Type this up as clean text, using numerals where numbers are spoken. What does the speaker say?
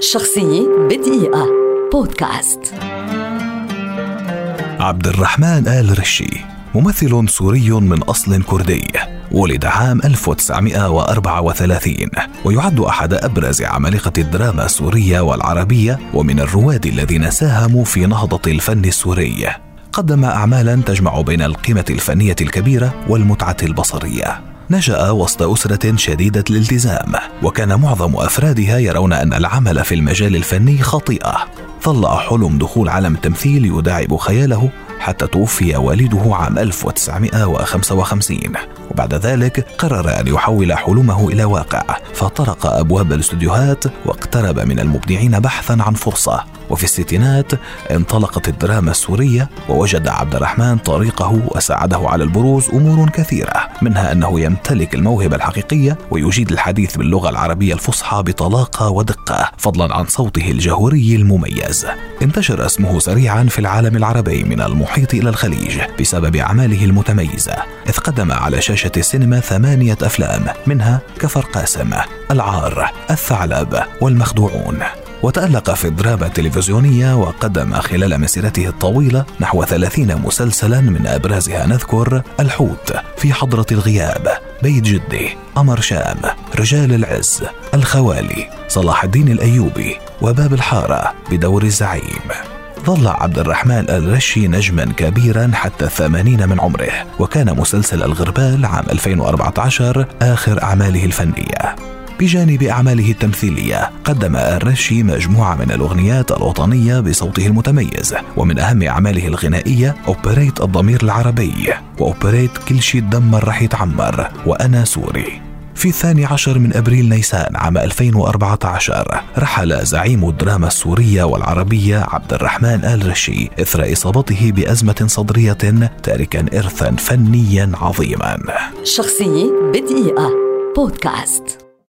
شخصية بدقيقة بودكاست. عبد الرحمن آل رشي ممثل سوري من أصل كردي، ولد عام 1934 ويعد أحد أبرز عمالقة الدراما السورية والعربية، ومن الرواد الذين ساهموا في نهضة الفن السوري. قدم أعمالا تجمع بين القيمة الفنية الكبيرة والمتعة البصرية. نشأ وسط أسرة شديدة الالتزام، وكان معظم أفرادها يرون أن العمل في المجال الفني خطيئة. ظل حلم دخول عالم التمثيل يداعب خياله حتى توفي والده عام 1955، وبعد ذلك قرر أن يحول حلمه إلى واقع، فطرق أبواب الاستوديوهات واقترب من المبدعين بحثا عن فرصة. وفي الستينات انطلقت الدراما السورية، ووجد عبد الرحمن طريقه وساعده على البروز أمور كثيرة، منها أنه يمتلك الموهبة الحقيقية ويجيد الحديث باللغة العربية الفصحى بطلاقة ودقة، فضلا عن صوته الجهوري المميز. انتشر اسمه سريعا في العالم العربي من المحيط إلى الخليج بسبب أعماله المتميزة، إذ قدم على شاشة السينما 8 أفلام، منها كفر قاسم، العار، الثعلب، والمخدوعون. وتألق في الدراما التلفزيونية، وقدم خلال مسيرته الطويلة نحو 30 مسلسلا، من أبرزها نذكر الحوت، في حضرة الغياب، بيت جدي، قمر شام، رجال العز، الخوالي، صلاح الدين الأيوبي، وباب الحارة بدور الزعيم. ظل عبد الرحمن آل رشي نجما كبيرا حتى 80 من عمره، وكان مسلسل الغربال عام 2014 آخر أعماله الفنية. بجانب أعماله التمثيلية، قدم آل رشي مجموعة من الأغنيات الوطنية بصوته المتميز، ومن أهم أعماله الغنائية أوبريت الضمير العربي، وأوبريت كل شي اتدمر رح يتعمر، وأنا سوري. في 12 من أبريل نيسان عام 2014 رحل زعيم الدراما السورية والعربية عبد الرحمن آل رشي إثر إصابته بأزمة صدرية، تاركا إرثا فنيا عظيما. شخصية بدقيقة بودكاست.